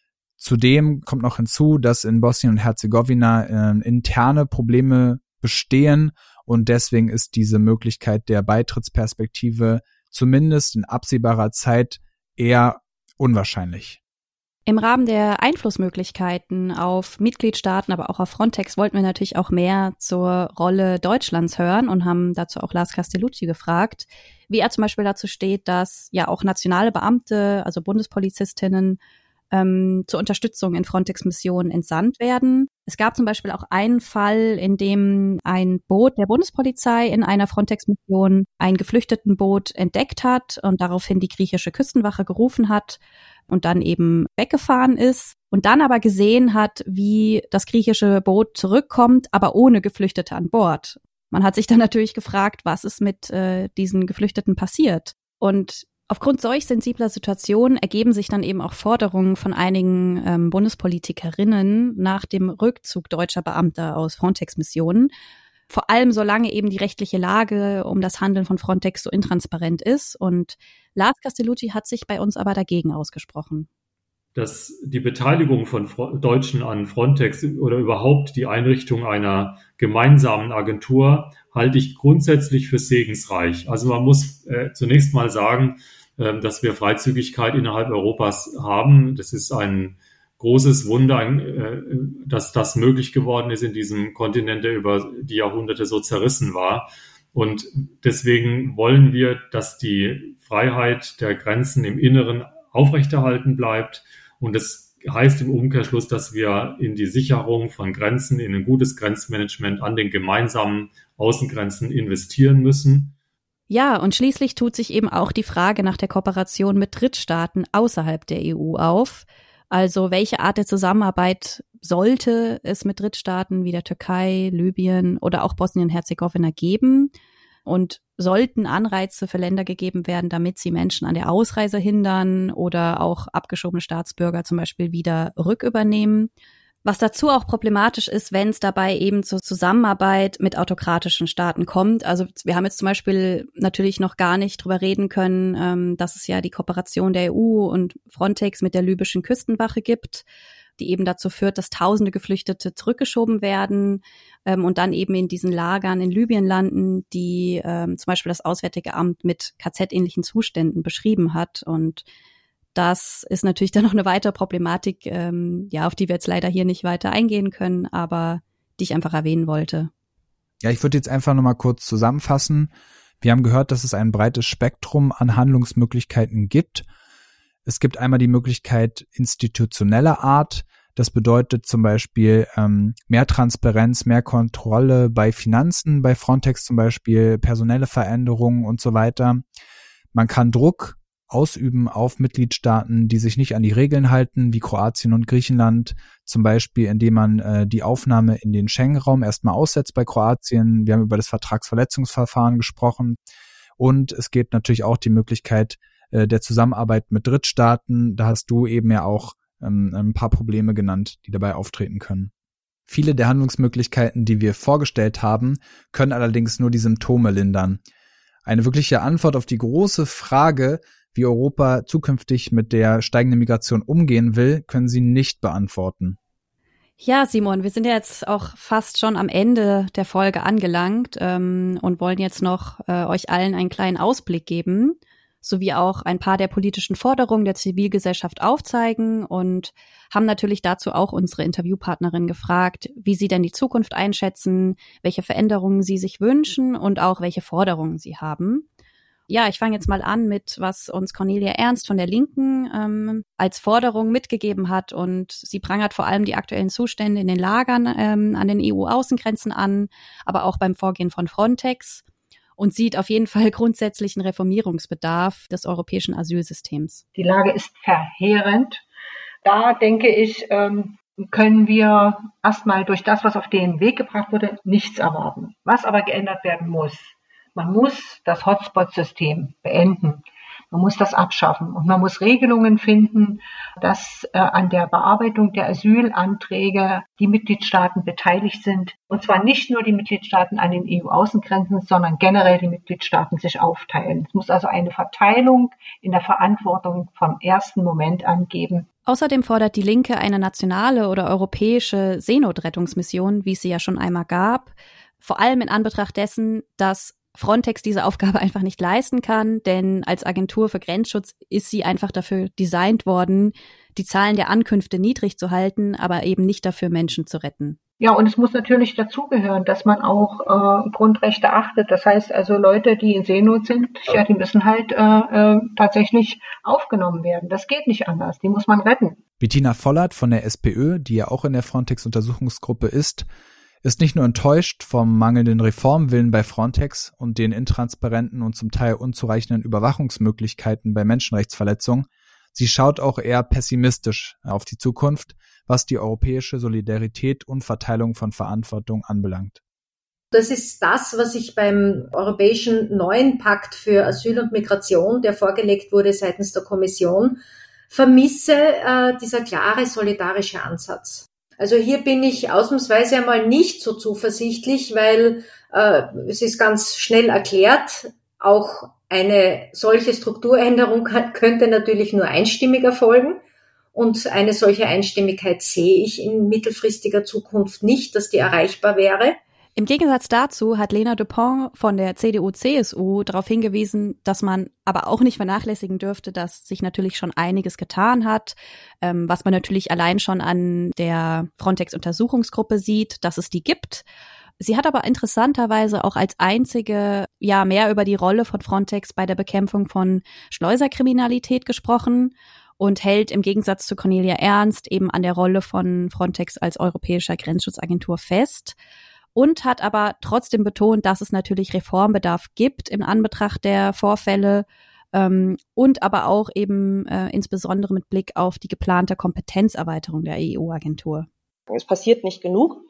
Zudem kommt noch hinzu, dass in Bosnien und Herzegowina interne Probleme bestehen und deswegen ist diese Möglichkeit der Beitrittsperspektive zumindest in absehbarer Zeit eher unwahrscheinlich. Im Rahmen der Einflussmöglichkeiten auf Mitgliedstaaten, aber auch auf Frontex wollten wir natürlich auch mehr zur Rolle Deutschlands hören und haben dazu auch Lars Castellucci gefragt, wie er zum Beispiel dazu steht, dass ja auch nationale Beamte, also Bundespolizistinnen, zur Unterstützung in Frontex-Missionen entsandt werden. Es gab zum Beispiel auch einen Fall, in dem ein Boot der Bundespolizei in einer Frontex-Mission ein Geflüchtetenboot entdeckt hat und daraufhin die griechische Küstenwache gerufen hat und dann eben weggefahren ist und dann aber gesehen hat, wie das griechische Boot zurückkommt, aber ohne Geflüchtete an Bord. Man hat sich dann natürlich gefragt, was ist mit diesen Geflüchteten passiert? Und aufgrund solch sensibler Situationen ergeben sich dann eben auch Forderungen von einigen Bundespolitikerinnen nach dem Rückzug deutscher Beamter aus Frontex-Missionen. Vor allem solange eben die rechtliche Lage um das Handeln von Frontex so intransparent ist. Und Lars Castellucci hat sich bei uns aber dagegen ausgesprochen. Dass die Beteiligung von Deutschen an Frontex oder überhaupt die Einrichtung einer gemeinsamen Agentur halte ich grundsätzlich für segensreich. Also man muss zunächst mal sagen, dass wir Freizügigkeit innerhalb Europas haben. Das ist ein großes Wunder, dass das möglich geworden ist in diesem Kontinent, der über die Jahrhunderte so zerrissen war. Und deswegen wollen wir, dass die Freiheit der Grenzen im Inneren aufrechterhalten bleibt. Und das heißt im Umkehrschluss, dass wir in die Sicherung von Grenzen, in ein gutes Grenzmanagement an den gemeinsamen Außengrenzen investieren müssen. Ja, und schließlich tut sich eben auch die Frage nach der Kooperation mit Drittstaaten außerhalb der EU auf. Also welche Art der Zusammenarbeit sollte es mit Drittstaaten wie der Türkei, Libyen oder auch Bosnien-Herzegowina geben? Und sollten Anreize für Länder gegeben werden, damit sie Menschen an der Ausreise hindern oder auch abgeschobene Staatsbürger zum Beispiel wieder rückübernehmen? Was dazu auch problematisch ist, wenn es dabei eben zur Zusammenarbeit mit autokratischen Staaten kommt. Also wir haben jetzt zum Beispiel natürlich noch gar nicht drüber reden können, dass es ja die Kooperation der EU und Frontex mit der libyschen Küstenwache gibt, die eben dazu führt, dass tausende Geflüchtete zurückgeschoben werden und dann eben in diesen Lagern in Libyen landen, die zum Beispiel das Auswärtige Amt mit KZ-ähnlichen Zuständen beschrieben hat. Und das ist natürlich dann noch eine weitere Problematik, auf die wir jetzt leider hier nicht weiter eingehen können, aber die ich einfach erwähnen wollte. Ja, ich würde jetzt einfach nochmal kurz zusammenfassen. Wir haben gehört, dass es ein breites Spektrum an Handlungsmöglichkeiten gibt. Es gibt einmal die Möglichkeit institutioneller Art. Das bedeutet zum Beispiel mehr Transparenz, mehr Kontrolle bei Finanzen, bei Frontex zum Beispiel, personelle Veränderungen und so weiter. Man kann Druck ausüben auf Mitgliedstaaten, die sich nicht an die Regeln halten, wie Kroatien und Griechenland, zum Beispiel indem man die Aufnahme in den Schengen-Raum erstmal aussetzt bei Kroatien. Wir haben über das Vertragsverletzungsverfahren gesprochen und es gibt natürlich auch die Möglichkeit der Zusammenarbeit mit Drittstaaten. Da hast du eben ja auch ein paar Probleme genannt, die dabei auftreten können. Viele der Handlungsmöglichkeiten, die wir vorgestellt haben, können allerdings nur die Symptome lindern. Eine wirkliche Antwort auf die große Frage, wie Europa zukünftig mit der steigenden Migration umgehen will, können sie nicht beantworten. Ja, Simon, wir sind ja jetzt auch fast schon am Ende der Folge angelangt und wollen jetzt noch euch allen einen kleinen Ausblick geben, sowie auch ein paar der politischen Forderungen der Zivilgesellschaft aufzeigen und haben natürlich dazu auch unsere Interviewpartnerin gefragt, wie sie denn die Zukunft einschätzen, welche Veränderungen sie sich wünschen und auch welche Forderungen sie haben. Ja, ich fange jetzt mal an mit, was uns Cornelia Ernst von der Linken als Forderung mitgegeben hat. Und sie prangert vor allem die aktuellen Zustände in den Lagern an den EU-Außengrenzen an, aber auch beim Vorgehen von Frontex und sieht auf jeden Fall grundsätzlichen Reformierungsbedarf des europäischen Asylsystems. Die Lage ist verheerend. Da denke ich, können wir erstmal durch das, was auf den Weg gebracht wurde, nichts erwarten. Was aber geändert werden muss. Man muss das Hotspot-System beenden. Man muss das abschaffen und man muss Regelungen finden, dass an der Bearbeitung der Asylanträge die Mitgliedstaaten beteiligt sind. Und zwar nicht nur die Mitgliedstaaten an den EU-Außengrenzen, sondern generell die Mitgliedstaaten sich aufteilen. Es muss also eine Verteilung in der Verantwortung vom ersten Moment an geben. Außerdem fordert die Linke eine nationale oder europäische Seenotrettungsmission, wie es sie ja schon einmal gab. vor allem in Anbetracht dessen, dass Frontex diese Aufgabe einfach nicht leisten kann, denn als Agentur für Grenzschutz ist sie einfach dafür designt worden, die Zahlen der Ankünfte niedrig zu halten, aber eben nicht dafür, Menschen zu retten. Ja, und es muss natürlich dazugehören, dass man auch Grundrechte achtet. Das heißt also, Leute, die in Seenot sind, ja, die müssen halt tatsächlich aufgenommen werden. Das geht nicht anders. Die muss man retten. Bettina Vollert von der SPÖ, die ja auch in der Frontex-Untersuchungsgruppe ist nicht nur enttäuscht vom mangelnden Reformwillen bei Frontex und den intransparenten und zum Teil unzureichenden Überwachungsmöglichkeiten bei Menschenrechtsverletzungen. Sie schaut auch eher pessimistisch auf die Zukunft, was die europäische Solidarität und Verteilung von Verantwortung anbelangt. Das ist das, was ich beim europäischen neuen Pakt für Asyl und Migration, der vorgelegt wurde seitens der Kommission, vermisse, dieser klare solidarische Ansatz. Also hier bin ich ausnahmsweise einmal nicht so zuversichtlich, weil es ist ganz schnell erklärt, auch eine solche Strukturänderung könnte natürlich nur einstimmig erfolgen. Und eine solche Einstimmigkeit sehe ich in mittelfristiger Zukunft nicht, dass die erreichbar wäre. Im Gegensatz dazu hat Lena Dupont von der CDU-CSU darauf hingewiesen, dass man aber auch nicht vernachlässigen dürfte, dass sich natürlich schon einiges getan hat, was man natürlich allein schon an der Frontex-Untersuchungsgruppe sieht, dass es die gibt. Sie hat aber interessanterweise auch als einzige mehr über die Rolle von Frontex bei der Bekämpfung von Schleuserkriminalität gesprochen und hält im Gegensatz zu Cornelia Ernst eben an der Rolle von Frontex als europäischer Grenzschutzagentur fest. Und hat aber trotzdem betont, dass es natürlich Reformbedarf gibt in Anbetracht der Vorfälle und aber auch eben insbesondere mit Blick auf die geplante Kompetenzerweiterung der EU-Agentur. Es passiert nicht genug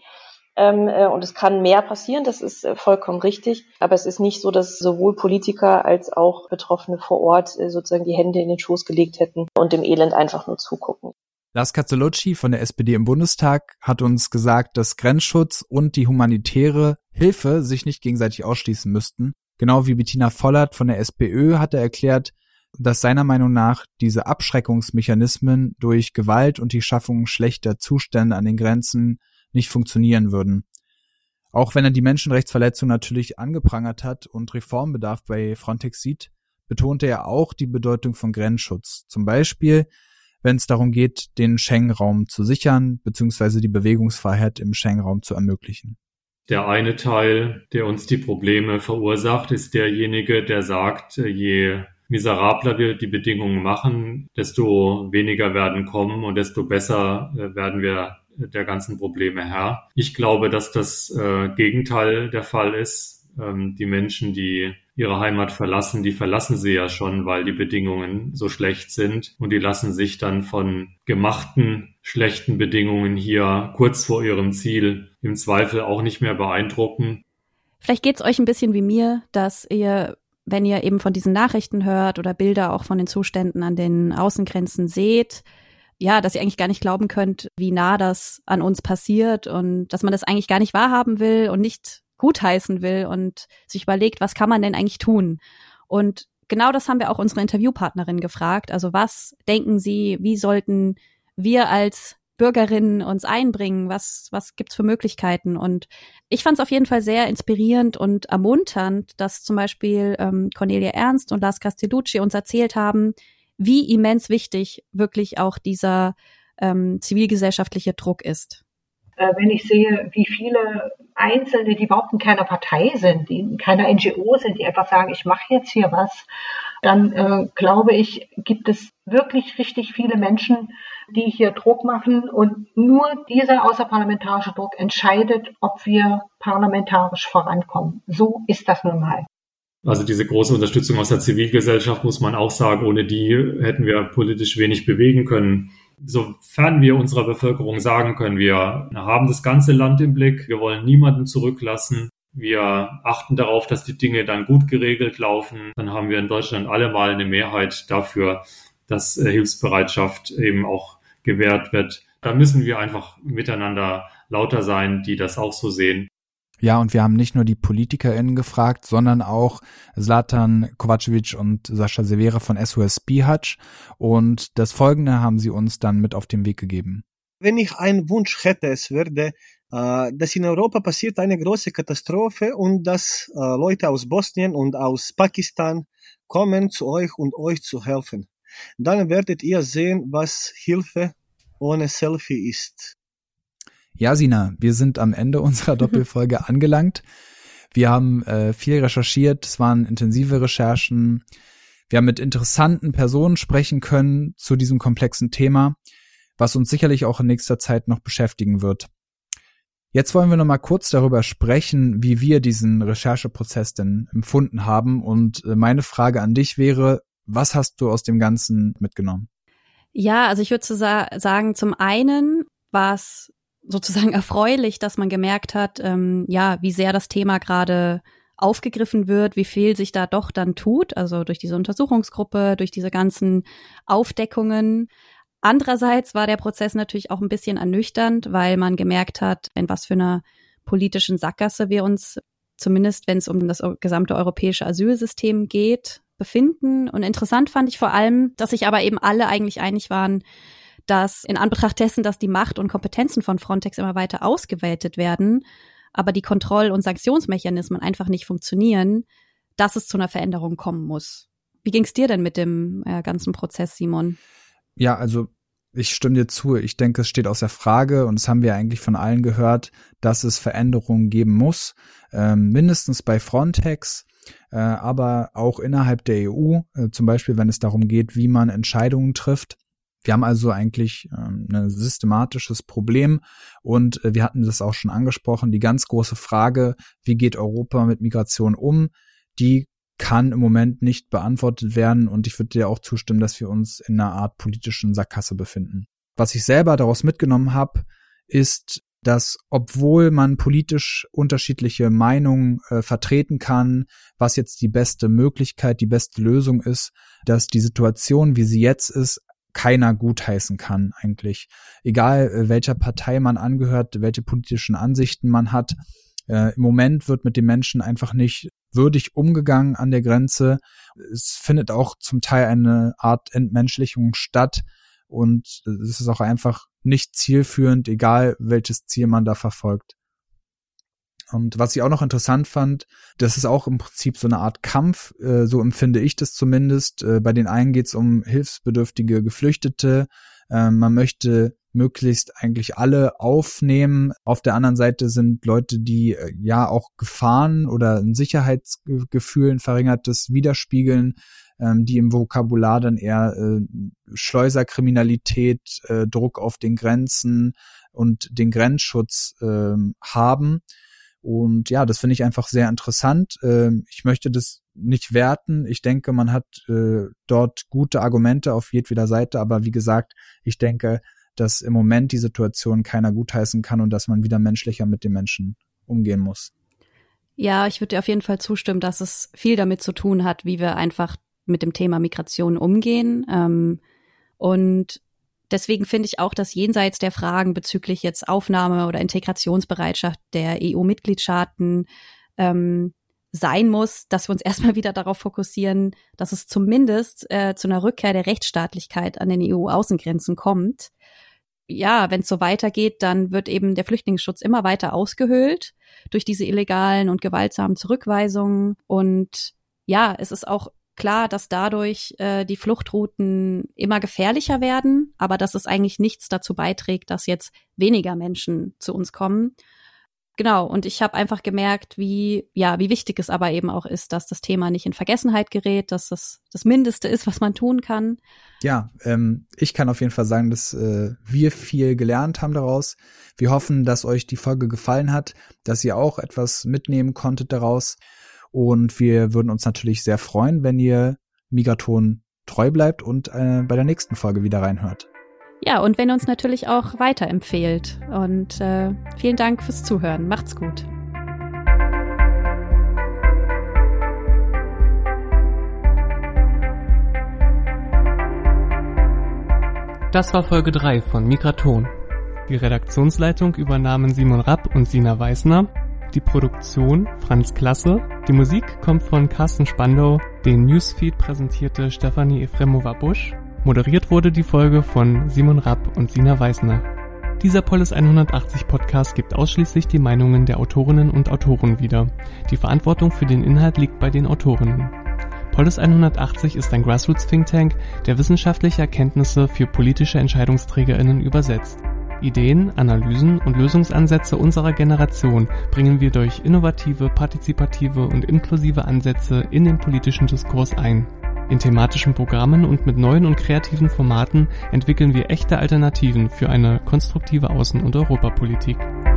und es kann mehr passieren, das ist vollkommen richtig. Aber es ist nicht so, dass sowohl Politiker als auch Betroffene vor Ort sozusagen die Hände in den Schoß gelegt hätten und dem Elend einfach nur zugucken. Lars Castellucci von der SPD im Bundestag hat uns gesagt, dass Grenzschutz und die humanitäre Hilfe sich nicht gegenseitig ausschließen müssten. Genau wie Bettina Vollert von der SPÖ hat er erklärt, dass seiner Meinung nach diese Abschreckungsmechanismen durch Gewalt und die Schaffung schlechter Zustände an den Grenzen nicht funktionieren würden. Auch wenn er die Menschenrechtsverletzung natürlich angeprangert hat und Reformbedarf bei Frontex sieht, betonte er auch die Bedeutung von Grenzschutz. Zum Beispiel, wenn es darum geht, den Schengen-Raum zu sichern bzw. die Bewegungsfreiheit im Schengen-Raum zu ermöglichen. Der eine Teil, der uns die Probleme verursacht, ist derjenige, der sagt, je miserabler wir die Bedingungen machen, desto weniger werden kommen und desto besser werden wir der ganzen Probleme Herr. Ich glaube, dass das Gegenteil der Fall ist. Die Menschen, die ihre Heimat verlassen, die verlassen sie ja schon, weil die Bedingungen so schlecht sind. Und die lassen sich dann von gemachten, schlechten Bedingungen hier kurz vor ihrem Ziel im Zweifel auch nicht mehr beeindrucken. Vielleicht geht's euch ein bisschen wie mir, dass ihr, wenn ihr eben von diesen Nachrichten hört oder Bilder auch von den Zuständen an den Außengrenzen seht, dass ihr eigentlich gar nicht glauben könnt, wie nah das an uns passiert und dass man das eigentlich gar nicht wahrhaben will und nicht gutheißen will und sich überlegt, was kann man denn eigentlich tun? Und genau das haben wir auch unsere Interviewpartnerin gefragt. Also was denken Sie, wie sollten wir als Bürgerinnen uns einbringen? Was gibt's für Möglichkeiten? Und ich fand es auf jeden Fall sehr inspirierend und ermunternd, dass zum Beispiel Cornelia Ernst und Lars Castellucci uns erzählt haben, wie immens wichtig wirklich auch dieser zivilgesellschaftliche Druck ist. Wenn ich sehe, wie viele Einzelne, die überhaupt in keiner Partei sind, die in keiner NGO sind, die einfach sagen, ich mache jetzt hier was, dann glaube ich, gibt es wirklich richtig viele Menschen, die hier Druck machen und nur dieser außerparlamentarische Druck entscheidet, ob wir parlamentarisch vorankommen. So ist das nun mal. Also diese große Unterstützung aus der Zivilgesellschaft, muss man auch sagen, ohne die hätten wir politisch wenig bewegen können. Sofern wir unserer Bevölkerung sagen können, wir haben das ganze Land im Blick, wir wollen niemanden zurücklassen, wir achten darauf, dass die Dinge dann gut geregelt laufen, dann haben wir in Deutschland allemal eine Mehrheit dafür, dass Hilfsbereitschaft eben auch gewährt wird. Da müssen wir einfach miteinander lauter sein, die das auch so sehen. Ja, und wir haben nicht nur die PolitikerInnen gefragt, sondern auch Zlatan Kovacevic und Sascha Severa von SOS Bihac. Und das Folgende haben sie uns dann mit auf den Weg gegeben. Wenn ich einen Wunsch hätte, es würde, dass in Europa passiert eine große Katastrophe und dass Leute aus Bosnien und aus Pakistan kommen zu euch und euch zu helfen. Dann werdet ihr sehen, was Hilfe ohne Selfie ist. Ja, Sina, wir sind am Ende unserer Doppelfolge angelangt. Wir haben viel recherchiert, es waren intensive Recherchen. Wir haben mit interessanten Personen sprechen können zu diesem komplexen Thema, was uns sicherlich auch in nächster Zeit noch beschäftigen wird. Jetzt wollen wir noch mal kurz darüber sprechen, wie wir diesen Rechercheprozess denn empfunden haben. Und meine Frage an dich wäre, was hast du aus dem Ganzen mitgenommen? Ja, also ich würde sagen, zum einen war es sozusagen erfreulich, dass man gemerkt hat, wie sehr das Thema gerade aufgegriffen wird, wie viel sich da doch dann tut, also durch diese Untersuchungsgruppe, durch diese ganzen Aufdeckungen. Andererseits war der Prozess natürlich auch ein bisschen ernüchternd, weil man gemerkt hat, in was für einer politischen Sackgasse wir uns, zumindest wenn es um das gesamte europäische Asylsystem geht, befinden. Und interessant fand ich vor allem, dass sich aber eben alle eigentlich einig waren, dass in Anbetracht dessen, dass die Macht und Kompetenzen von Frontex immer weiter ausgeweitet werden, aber die Kontroll- und Sanktionsmechanismen einfach nicht funktionieren, dass es zu einer Veränderung kommen muss. Wie ging es dir denn mit dem ganzen Prozess, Simon? Ja, also ich stimme dir zu. Ich denke, es steht außer Frage und das haben wir eigentlich von allen gehört, dass es Veränderungen geben muss, mindestens bei Frontex, aber auch innerhalb der EU, zum Beispiel, wenn es darum geht, wie man Entscheidungen trifft. Wir haben also eigentlich ein systematisches Problem und wir hatten das auch schon angesprochen, die ganz große Frage, wie geht Europa mit Migration um, die kann im Moment nicht beantwortet werden und ich würde dir auch zustimmen, dass wir uns in einer Art politischen Sackgasse befinden. Was ich selber daraus mitgenommen habe, ist, dass obwohl man politisch unterschiedliche Meinungen vertreten kann, was jetzt die beste Möglichkeit, die beste Lösung ist, dass die Situation, wie sie jetzt ist, keiner gutheißen kann eigentlich. Egal welcher Partei man angehört, welche politischen Ansichten man hat, im Moment wird mit den Menschen einfach nicht würdig umgegangen an der Grenze. Es findet auch zum Teil eine Art Entmenschlichung statt und es ist auch einfach nicht zielführend, egal welches Ziel man da verfolgt. Und was ich auch noch interessant fand, das ist auch im Prinzip so eine Art Kampf, so empfinde ich das zumindest. Bei den einen geht es um hilfsbedürftige Geflüchtete, man möchte möglichst eigentlich alle aufnehmen. Auf der anderen Seite sind Leute, die ja auch Gefahren oder ein Sicherheitsgefühl, ein verringertes widerspiegeln, die im Vokabular dann eher Schleuserkriminalität, Druck auf den Grenzen und den Grenzschutz haben. Und ja, das finde ich einfach sehr interessant. Ich möchte das nicht werten. Ich denke, man hat dort gute Argumente auf jedweder Seite. Aber wie gesagt, ich denke, dass im Moment die Situation keiner gutheißen kann und dass man wieder menschlicher mit den Menschen umgehen muss. Ja, ich würde dir auf jeden Fall zustimmen, dass es viel damit zu tun hat, wie wir einfach mit dem Thema Migration umgehen. Und deswegen finde ich auch, dass jenseits der Fragen bezüglich jetzt Aufnahme oder Integrationsbereitschaft der EU-Mitgliedstaaten sein muss, dass wir uns erstmal wieder darauf fokussieren, dass es zumindest zu einer Rückkehr der Rechtsstaatlichkeit an den EU-Außengrenzen kommt. Ja, wenn es so weitergeht, dann wird eben der Flüchtlingsschutz immer weiter ausgehöhlt durch diese illegalen und gewaltsamen Zurückweisungen. Und ja, es ist auch klar, dass dadurch die Fluchtrouten immer gefährlicher werden, aber dass es eigentlich nichts dazu beiträgt, dass jetzt weniger Menschen zu uns kommen. Genau, und ich habe einfach gemerkt, wie wichtig es aber eben auch ist, dass das Thema nicht in Vergessenheit gerät, dass das das Mindeste ist, was man tun kann. Ja, ich kann auf jeden Fall sagen, dass wir viel gelernt haben daraus. Wir hoffen, dass euch die Folge gefallen hat, dass ihr auch etwas mitnehmen konntet daraus. Und wir würden uns natürlich sehr freuen, wenn ihr Migraton treu bleibt und bei der nächsten Folge wieder reinhört. Ja, und wenn ihr uns natürlich auch weiterempfehlt. Und vielen Dank fürs Zuhören. Macht's gut. Das war Folge 3 von Migraton. Die Redaktionsleitung übernahmen Simon Rapp und Sina Weißner. Die Produktion Franz Klasse. Die Musik kommt von Carsten Spandau. Den Newsfeed präsentierte Stefanie Efremova-Busch. Moderiert wurde die Folge von Simon Rapp und Sina Weißner. Dieser Polis 180 Podcast gibt ausschließlich die Meinungen der Autorinnen und Autoren wieder. Die Verantwortung für den Inhalt liegt bei den Autorinnen. Polis 180 ist ein Grassroots-Think Tank, der wissenschaftliche Erkenntnisse für politische EntscheidungsträgerInnen übersetzt. Ideen, Analysen und Lösungsansätze unserer Generation bringen wir durch innovative, partizipative und inklusive Ansätze in den politischen Diskurs ein. In thematischen Programmen und mit neuen und kreativen Formaten entwickeln wir echte Alternativen für eine konstruktive Außen- und Europapolitik.